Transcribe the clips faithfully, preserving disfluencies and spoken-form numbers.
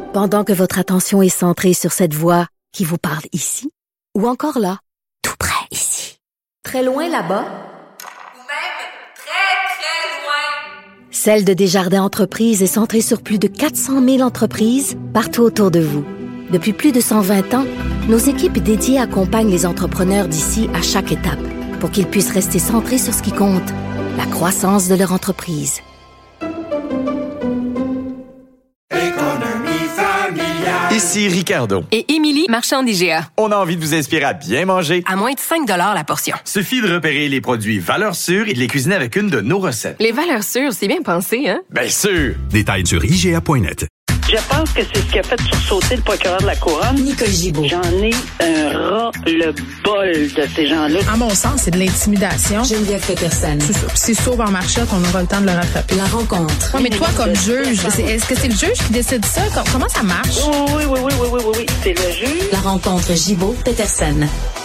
Pendant que votre attention est centrée sur cette voix qui vous parle ici, ou encore là, tout près ici, très loin là-bas, ou même très, très loin. Celle de Desjardins Entreprises est centrée sur plus de quatre cent mille entreprises partout autour de vous. Depuis plus de cent vingt ans, nos équipes dédiées accompagnent les entrepreneurs d'ici à chaque étape pour qu'ils puissent rester centrés sur ce qui compte, la croissance de leur entreprise. Ici Ricardo. Et Émilie, marchand d'I G A. On a envie de vous inspirer à bien manger. À moins de cinq dollars la portion. Suffit de repérer les produits valeurs sûres et de les cuisiner avec une de nos recettes. Les valeurs sûres, c'est bien pensé, hein? Bien sûr! Détails sur I G A point net. Je pense que c'est ce qui a fait sursauter le procureur de la Couronne. Nicole Gibault. J'en ai un ras-le-bol de ces gens-là. À mon sens, c'est de l'intimidation. Geneviève Peterson. C'est ça. Puis c'est sauve en marchette, on aura le temps de le rattraper. La rencontre. Ouais, mais toi, comme juge, c'est, est-ce que c'est le juge qui décide ça? Comment ça marche? Oui, oui, oui, oui, oui, oui, oui. C'est le juge. La rencontre Gibault-Peterson.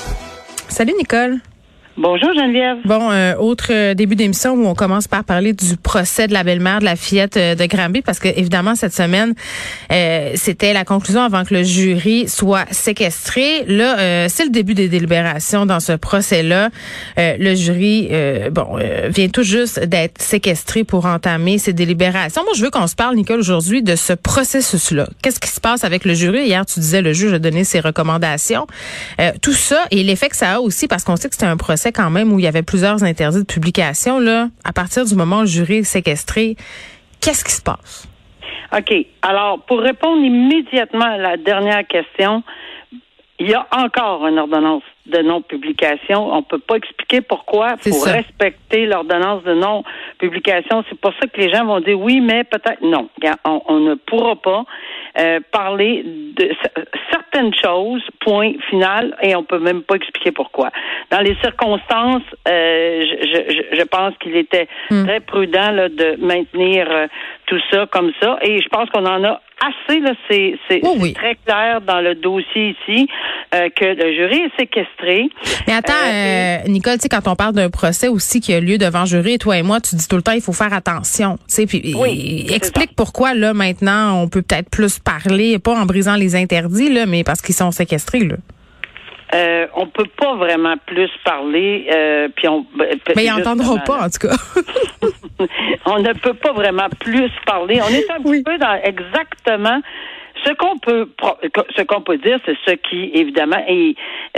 Salut, Nicole. Bonjour Geneviève. Bon, euh, autre euh, début d'émission où on commence par parler du procès de la belle-mère de la fillette euh, de Granby, parce que évidemment cette semaine euh, c'était la conclusion avant que le jury soit séquestré. Là, euh, c'est le début des délibérations dans ce procès-là. Euh, le jury, euh, bon, euh, vient tout juste d'être séquestré pour entamer ses délibérations. Moi, je veux qu'on se parle, Nicole, aujourd'hui de ce processus-là. Qu'est-ce qui se passe avec le jury? Hier, tu disais le juge a donné ses recommandations. Euh, tout ça et l'effet que ça a aussi, parce qu'on sait que c'était un procès quand même où il y avait plusieurs interdits de publication, là, à partir du moment où le jury est séquestré, qu'est-ce qui se passe? OK. Alors, pour répondre immédiatement à la dernière question, il y a encore une ordonnance de non-publication. On peut pas expliquer pourquoi. Il faut respecter l'ordonnance de non-publication. C'est pour ça que les gens vont dire oui, mais peut-être non. On, on ne pourra pas euh, parler de certaines choses, point final, et on peut même pas expliquer pourquoi. Dans les circonstances, euh, je, je, je pense qu'il était mm. très prudent là, de maintenir euh, tout ça comme ça, et je pense qu'on en a assez, là, c'est, c'est, oh oui. c'est très clair dans le dossier ici euh, que le jury est séquestré. Mais attends, euh, euh, Nicole, tu sais, quand on parle d'un procès aussi qui a lieu devant jury, toi et moi, tu dis tout le temps, il faut faire attention. Tu sais, puis oui, explique pourquoi, là, maintenant, on peut peut-être plus parler, pas en brisant les interdits, là, mais parce qu'ils sont séquestrés, là. Euh, on peut pas vraiment plus parler, euh, puis on. Mais ils n'entendront pas, en tout cas. On ne peut pas vraiment plus parler. On est un oui. petit peu dans exactement ce qu'on peut, ce qu'on peut dire, c'est ce qui, évidemment, est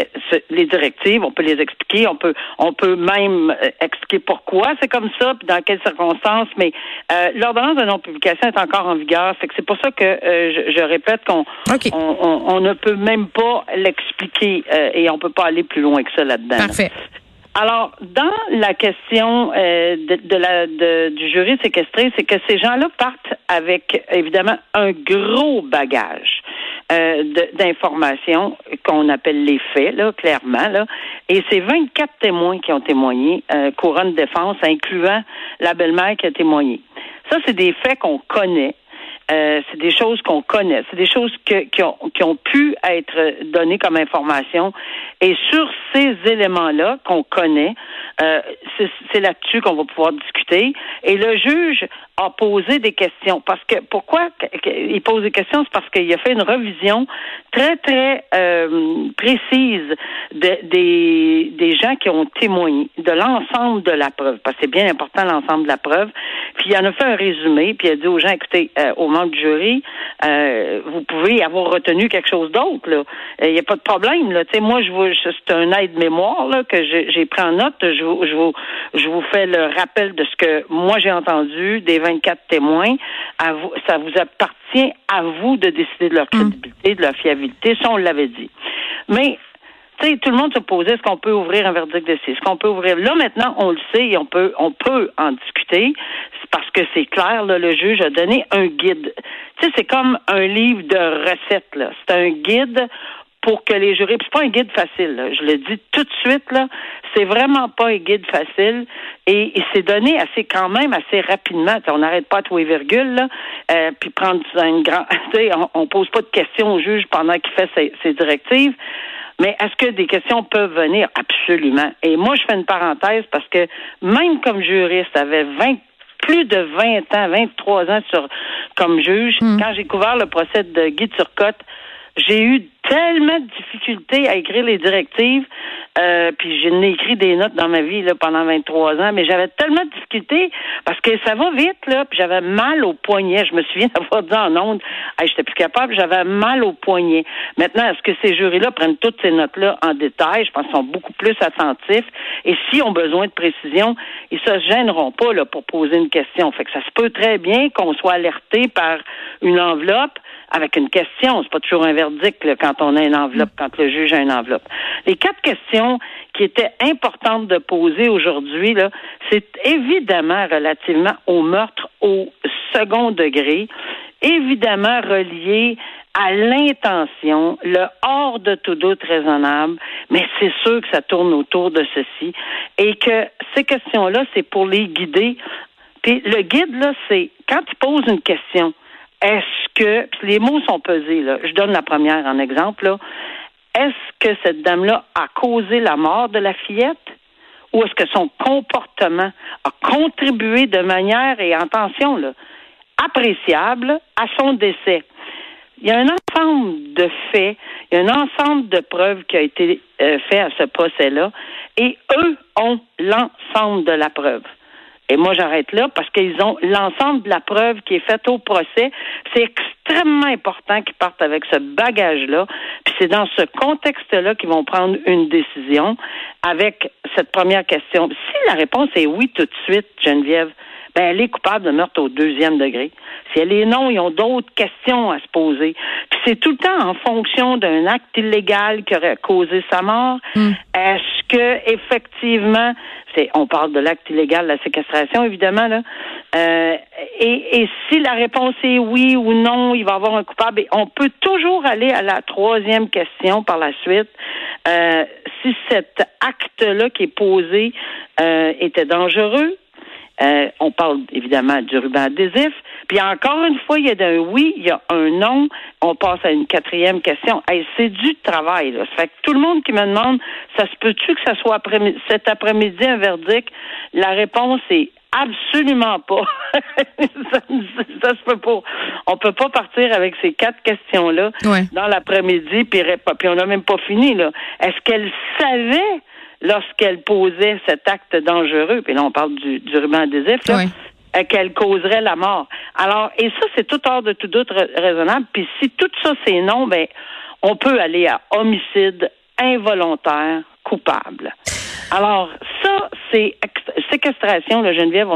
les directives. On peut les expliquer. On peut, on peut même expliquer pourquoi c'est comme ça, puis dans quelles circonstances. Mais euh, l'ordonnance de non-publication est encore en vigueur. C'est que c'est pour ça que euh, je, je répète qu'on, okay. on, on, on ne peut même pas l'expliquer euh, et on peut pas aller plus loin que ça là-dedans. Parfait. Là. Alors, dans la question euh, de, de la de, du jury séquestré, c'est que ces gens-là partent avec, évidemment, un gros bagage euh, de, d'informations qu'on appelle les faits, là, clairement, là. Et c'est vingt-quatre témoins qui ont témoigné, euh, couronne défense, incluant la belle-mère qui a témoigné. Ça, c'est des faits qu'on connaît. Euh, c'est des choses qu'on connaît, c'est des choses que, qui, ont, qui ont pu être données comme information. Et sur ces éléments-là qu'on connaît, euh, c'est, c'est là-dessus qu'on va pouvoir discuter. Et le juge a posé des questions. Parce que pourquoi il pose des questions? C'est parce qu'il a fait une revision très, très euh, précise de, des, des gens qui ont témoigné, de l'ensemble de la preuve. Parce que c'est bien important, l'ensemble de la preuve. Puis il en a fait un résumé, puis il a dit aux gens, écoutez, euh, aux membres du jury, euh, vous pouvez avoir retenu quelque chose d'autre, là. Il n'y a pas de problème, là. Tu sais, moi, je vous, c'est un aide-mémoire, là, que j'ai, j'ai pris en note. Je vous, je vous, je vous fais le rappel de ce que moi j'ai entendu des vingt-quatre témoins. À vous, ça vous appartient à vous de décider de leur crédibilité, de leur fiabilité. Ça, on l'avait dit. Mais, tu sais, tout le monde se posait, est-ce qu'on peut ouvrir un verdict d'essai? Est-ce qu'on peut ouvrir? Là, maintenant, on le sait et on peut, on peut en discuter. C'est parce que c'est clair, là, le juge a donné un guide. Tu sais, c'est comme un livre de recettes, là. C'est un guide pour que les jurys... Puis c'est pas un guide facile, là. Je le dis tout de suite, là. C'est vraiment pas un guide facile. Et, et c'est donné assez, quand même, assez rapidement. T'sais, on n'arrête pas à tous les virgules, là. Euh, puis prendre une grande... Tu sais, on, on pose pas de questions au juge pendant qu'il fait ses, ses directives. Mais est-ce que des questions peuvent venir? Absolument. Et moi, je fais une parenthèse parce que même comme juriste, avec vingt plus de vingt ans, vingt-trois ans sur comme juge. Mm. Quand j'ai couvert le procès de Guy Turcotte, j'ai eu tellement de difficultés à écrire les directives, euh, puis j'ai écrit des notes dans ma vie là pendant vingt-trois ans, mais j'avais tellement de difficultés parce que ça va vite là, puis j'avais mal au poignet. Je me souviens d'avoir dit en ondes, hey, j'étais plus capable, j'avais mal au poignet. Maintenant, est-ce que ces jurys-là prennent toutes ces notes-là en détail? Je pense qu'ils sont beaucoup plus attentifs. Et s'ils ont besoin de précision, ils se gêneront pas là pour poser une question. Fait que ça se peut très bien qu'on soit alerté par une enveloppe avec une question. C'est pas toujours un verdict là, quand on a une enveloppe, quand le juge a une enveloppe. Les quatre questions qui étaient importantes de poser aujourd'hui, là, c'est évidemment relativement au meurtre au second degré, évidemment relié à l'intention, le hors de tout doute raisonnable, mais c'est sûr que ça tourne autour de ceci et que ces questions-là, c'est pour les guider. Puis le guide, là, c'est quand tu poses une question, est-ce que, puis les mots sont pesés, là, je donne la première en exemple, là, est-ce que cette dame-là a causé la mort de la fillette ou est-ce que son comportement a contribué de manière, et attention, là, appréciable à son décès? Il y a un ensemble de faits, il y a un ensemble de preuves qui a été euh, fait à ce procès-là et eux ont l'ensemble de la preuve. Et moi, j'arrête là parce qu'ils ont l'ensemble de la preuve qui est faite au procès. C'est extrêmement important qu'ils partent avec ce bagage-là. Puis c'est dans ce contexte-là qu'ils vont prendre une décision avec cette première question. Si la réponse est oui tout de suite, Geneviève, ben elle est coupable de meurtre au deuxième degré. Si elle est non, ils ont d'autres questions à se poser. Puis c'est tout le temps en fonction d'un acte illégal qui aurait causé sa mort. Mm. Est-ce que effectivement, c'est, on parle de l'acte illégal, la séquestration évidemment là. Euh, et, et si la réponse est oui ou non, il va y avoir un coupable. Et on peut toujours aller à la troisième question par la suite. Euh, si cet acte-là qui est posé euh, était dangereux. Euh, on parle évidemment du ruban adhésif. Puis encore une fois, il y a un oui, il y a un non. On passe à une quatrième question. Hey, c'est du travail, là. Ça fait que tout le monde qui me demande, ça se peut-tu que ça soit après, cet après-midi un verdict? La réponse est absolument pas. ça, ça se peut pas. On peut pas partir avec ces quatre questions-là ouais. dans l'après-midi, puis, puis on n'a même pas fini, là. Est-ce qu'elle savait lorsqu'elle posait cet acte dangereux, puis là on parle du, du ruban adhésif, là, oui. euh, qu'elle causerait la mort. Alors, et ça, c'est tout hors de tout doute raisonnable. Puis si tout ça c'est non, ben on peut aller à homicide involontaire coupable. Alors, ça, c'est ex- séquestration, là, Geneviève,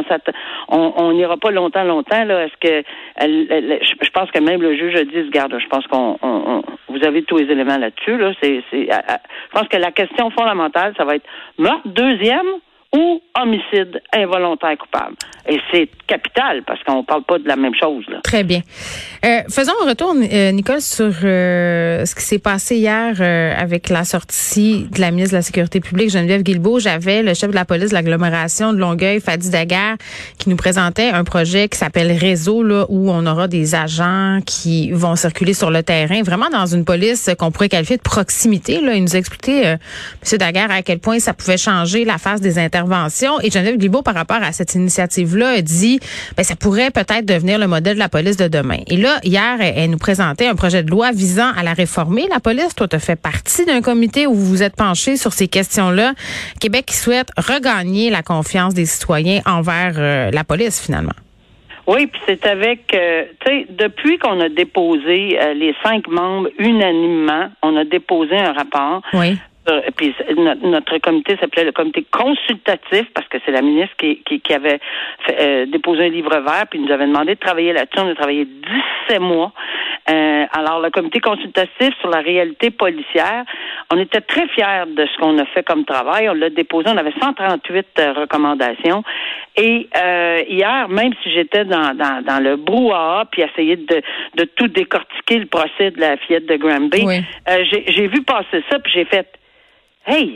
on n'ira pas longtemps, longtemps, là. Est-ce que, elle, elle, je, je pense que même le juge a dit, regarde, je pense qu'on, on, on, vous avez tous les éléments là-dessus, là. C'est, c'est, à, à, je pense que la question fondamentale, ça va être meurtre deuxième ou homicide involontaire coupable. Et c'est capital, parce qu'on parle pas de la même chose, là. Très bien. Euh, faisons un retour, euh, Nicole, sur euh, ce qui s'est passé hier euh, avec la sortie de la ministre de la Sécurité publique, Geneviève Guilbeault. J'avais le chef de la police de l'agglomération de Longueuil, Fadi Daguerre, qui nous présentait un projet qui s'appelle Réseau, là, où on aura des agents qui vont circuler sur le terrain, vraiment dans une police qu'on pourrait qualifier de proximité, là. Il nous a expliqué, euh, M. Daguerre, à quel point ça pouvait changer la face des interventions. Et Geneviève Guilbeault, par rapport à cette initiative-là, a dit ben ça pourrait peut-être devenir le modèle de la police de demain. Et là, hier, elle, elle nous présentait un projet de loi visant à la réformer, la police. Toi, tu as fait partie d'un comité où vous vous êtes penché sur ces questions-là. Québec qui souhaite regagner la confiance des citoyens envers euh, la police, finalement. Oui, puis c'est avec, euh, tu sais, depuis qu'on a déposé euh, les cinq membres unanimement, on a déposé un rapport. Oui. Puis notre, notre comité s'appelait le comité consultatif parce que c'est la ministre qui, qui, qui avait fait, euh, déposé un livre vert puis nous avait demandé de travailler là-dessus. On a travaillé dix-sept mois. Euh, alors, le comité consultatif sur la réalité policière, on était très fiers de ce qu'on a fait comme travail. On l'a déposé, on avait cent trente-huit euh, recommandations. Et euh, hier, même si j'étais dans, dans, dans le brouhaha puis essayer de, de tout décortiquer le procès de la fillette de Granby, oui. euh, j'ai, j'ai vu passer ça puis j'ai fait hey,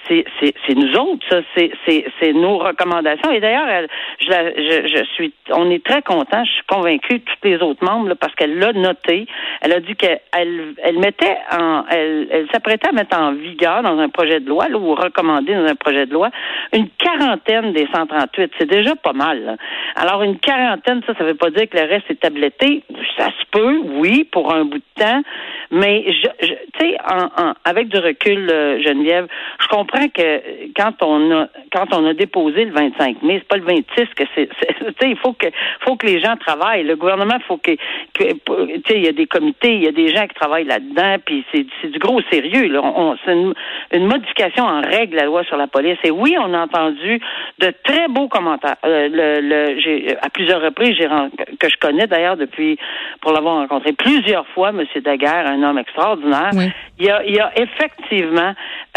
c'est, c'est, c'est nous autres, ça, c'est, c'est, c'est nos recommandations. Et d'ailleurs, elle, je, la, je, je suis, on est très contents, je suis convaincue, tous les autres membres, là, parce qu'elle l'a noté. Elle a dit qu'elle elle, elle mettait en, elle, elle s'apprêtait à mettre en vigueur dans un projet de loi, là, ou recommander dans un projet de loi, une quarantaine des cent trente-huit. C'est déjà pas mal, là. Alors, une quarantaine, ça, ça veut pas dire que le reste est tabletté. Ça se peut, oui, pour un bout de temps, mais je, je tu sais, en, en, avec du recul, euh, Geneviève, je comprends que quand on a quand on a déposé le vingt-cinq mai, c'est pas le vingt-six que c'est, c'est tu sais, il faut que faut que les gens travaillent. Le gouvernement, faut que, que tu sais, il y a des comités, il y a des gens qui travaillent là-dedans, puis c'est, c'est du gros sérieux. Là. On, on, c'est une, une modification en règle de la loi sur la police. Et oui, on a entendu de très beaux commentaires. Euh, le, le, j'ai, à plusieurs reprises, j'ai que je connais d'ailleurs depuis, pour l'avoir rencontré plusieurs fois, M. Daguerre, un homme extraordinaire. Oui. Il y a, il y a effectivement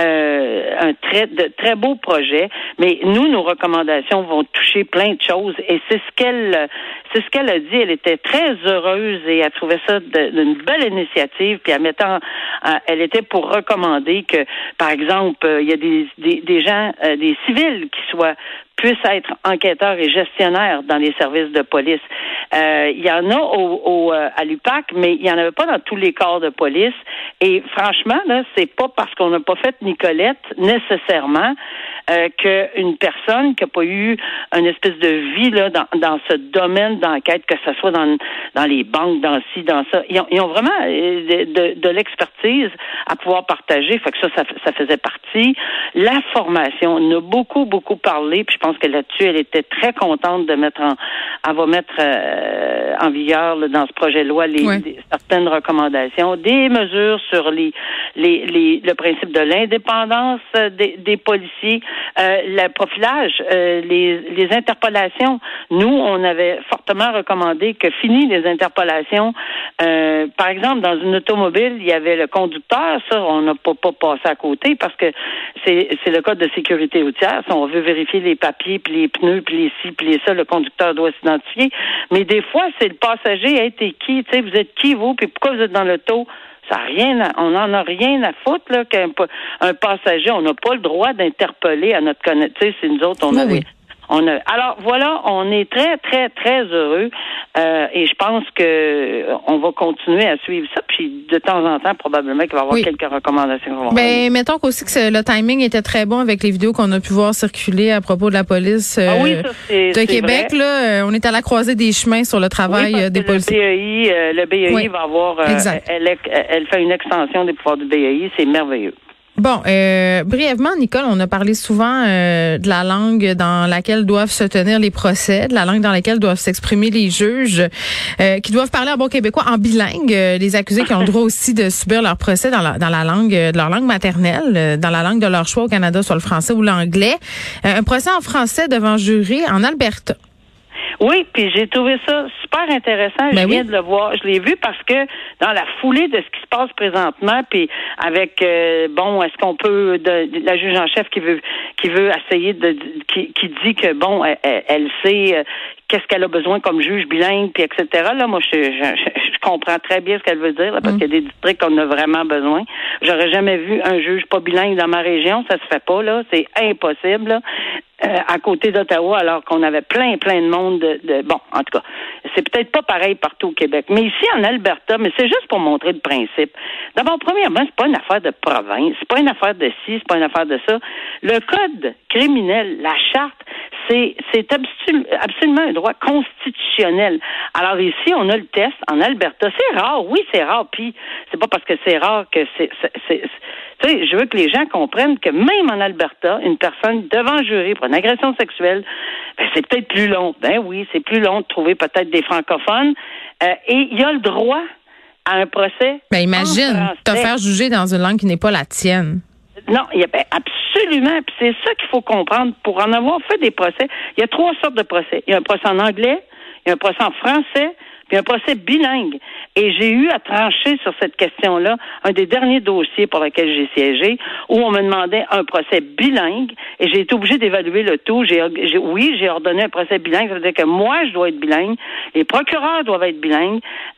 euh, un très, de très beau projet, mais nous, nos recommandations vont toucher plein de choses, et c'est ce qu'elle, c'est ce qu'elle a dit. Elle était très heureuse et elle trouvait ça de, d'une belle initiative. Puis en mettant, euh, elle était pour recommander que, par exemple, euh, il y a des, des, des gens, euh, des civils qui soient puissent être enquêteurs et gestionnaires dans les services de police. Euh, il y en a au, au, à l'U P A C, mais il y en avait pas dans tous les corps de police. Et franchement, là, c'est pas parce qu'on n'a pas fait Nicolette nécessairement euh, qu'une personne qui n'a pas eu une espèce de vie là dans, dans ce domaine d'enquête, que ce soit dans, dans les banques, dans ci, dans ça, ils ont, ils ont vraiment de, de, de l'expertise à pouvoir partager. Fait que ça, ça, ça faisait partie. La formation, on a beaucoup, beaucoup parlé, puis je pense que là-dessus, elle était très contente de mettre en, elle va mettre euh, en vigueur là, dans ce projet de loi les, oui. les, certaines recommandations, des mesures sur les, les, les le principe de l'indépendance des, des policiers, euh, le profilage, euh, les, les interpellations. Nous, on avait fortement recommandé que fini les interpellations. Euh, par exemple, dans une automobile, il y avait le conducteur. Ça, on n'a pas, pas passé à côté parce que c'est, c'est le code de sécurité routière. Si on veut vérifier les papiers, puis les pneus, puis les ci, puis les ça, le conducteur doit s'identifier. Mais des fois, c'est le passager. Hey, t'es qui? Tu sais, vous êtes qui, vous? Puis pourquoi vous êtes dans l'auto? Ça a rien à, on n'en a rien à foutre, là, qu'un un passager. On n'a pas le droit d'interpeller à notre connaissance. Tu sais, c'est nous autres, on oui, avait... Oui. On a, alors voilà, on est très, très, très heureux euh, et je pense que on va continuer à suivre ça. Puis de temps en temps, probablement qu'il va y avoir oui. quelques recommandations. Ben, mettons qu'aussi que le timing était très bon avec les vidéos qu'on a pu voir circuler à propos de la police euh, ah oui, ça, c'est, de c'est Québec. Vrai. Là, on est à la croisée des chemins sur le travail oui, des policiers. Le B E I, euh, le B E I oui. va avoir, euh, elle, elle fait une extension des pouvoirs du B E I, c'est merveilleux. Bon, euh, brièvement, Nicole, on a parlé souvent euh, de la langue dans laquelle doivent se tenir les procès, de la langue dans laquelle doivent s'exprimer les juges, euh, qui doivent parler en bon québécois, en bilingue. Euh, les accusés qui ont le droit aussi de subir leur procès dans la, dans la langue de leur langue maternelle, euh, dans la langue de leur choix au Canada, soit le français ou l'anglais. Euh, un procès en français devant jury en Alberta. Oui, puis j'ai trouvé ça super intéressant. Ben je viens oui. de le voir. Je l'ai vu parce que dans la foulée de ce qui se passe présentement, puis avec euh, bon, est-ce qu'on peut de, de, la juge en chef qui veut qui veut essayer de, de qui, qui dit que bon, elle, elle sait euh, qu'est-ce qu'elle a besoin comme juge bilingue, puis et cetera. Là, moi, je, je, je, je comprends très bien ce qu'elle veut dire, là, parce mm. qu'il y a des districts qu'on a vraiment besoin. J'aurais jamais vu un juge pas bilingue dans ma région, ça se fait pas, là. C'est impossible, là. Euh, à côté d'Ottawa, alors qu'on avait plein, plein de monde de, de... Bon, en tout cas, c'est peut-être pas pareil partout au Québec. Mais ici, en Alberta, mais c'est juste pour montrer le principe. D'abord, premièrement, c'est pas une affaire de province, c'est pas une affaire de ci, c'est pas une affaire de ça. Le code criminel, la charte, c'est, c'est absolu, absolument un droit constitutionnel. Alors ici, on a le test en Alberta. C'est rare, oui, c'est rare. Puis, c'est pas parce que c'est rare que c'est... c'est, c'est, c'est tu sais, je veux que les gens comprennent que même en Alberta, une personne devant un jury pour une agression sexuelle, ben, c'est peut-être plus long. Ben oui, c'est plus long de trouver peut-être des francophones. Euh, et il y a le droit à un procès. Ben imagine, te faire juger dans une langue qui n'est pas la tienne. Non, il y a, ben, absolument. Puis c'est ça qu'il faut comprendre. Pour en avoir fait des procès, il y a trois sortes de procès. Il y a un procès en anglais, il y a un procès en français, puis un procès bilingue. Et j'ai eu à trancher sur cette question-là un des derniers dossiers pour lesquels j'ai siégé, où on me demandait un procès bilingue, et j'ai été obligée d'évaluer le tout. J'ai, j'ai, oui, j'ai ordonné un procès bilingue, ça veut dire que moi, je dois être bilingue, les procureurs doivent être bilingues, euh,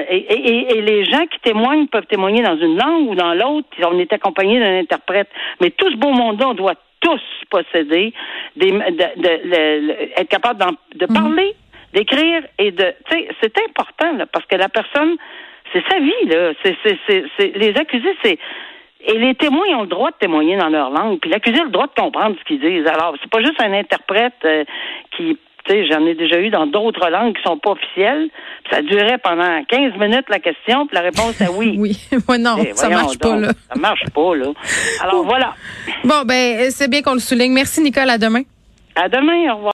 et, et, et les gens qui témoignent peuvent témoigner dans une langue ou dans l'autre. On est accompagné d'un interprète. Mais tout ce beau monde-là, on doit tous posséder, des, de, de, de, de, être capable de parler, mmh. d'écrire et de... Tu sais, c'est important, là, parce que la personne, c'est sa vie, là. C'est, c'est, c'est, c'est, les accusés, c'est... Et les témoins ont le droit de témoigner dans leur langue, puis l'accusé a le droit de comprendre ce qu'ils disent. Alors, c'est pas juste un interprète euh, qui... Tu sais, j'en ai déjà eu dans d'autres langues qui sont pas officielles. Ça durait pendant quinze minutes la question, puis la réponse est oui. Oui, ouais, non, et ça marche pas, donc, là. Ça marche pas, là. Alors, voilà. Bon, ben, c'est bien qu'on le souligne. Merci, Nicole. À demain. À demain. Au revoir.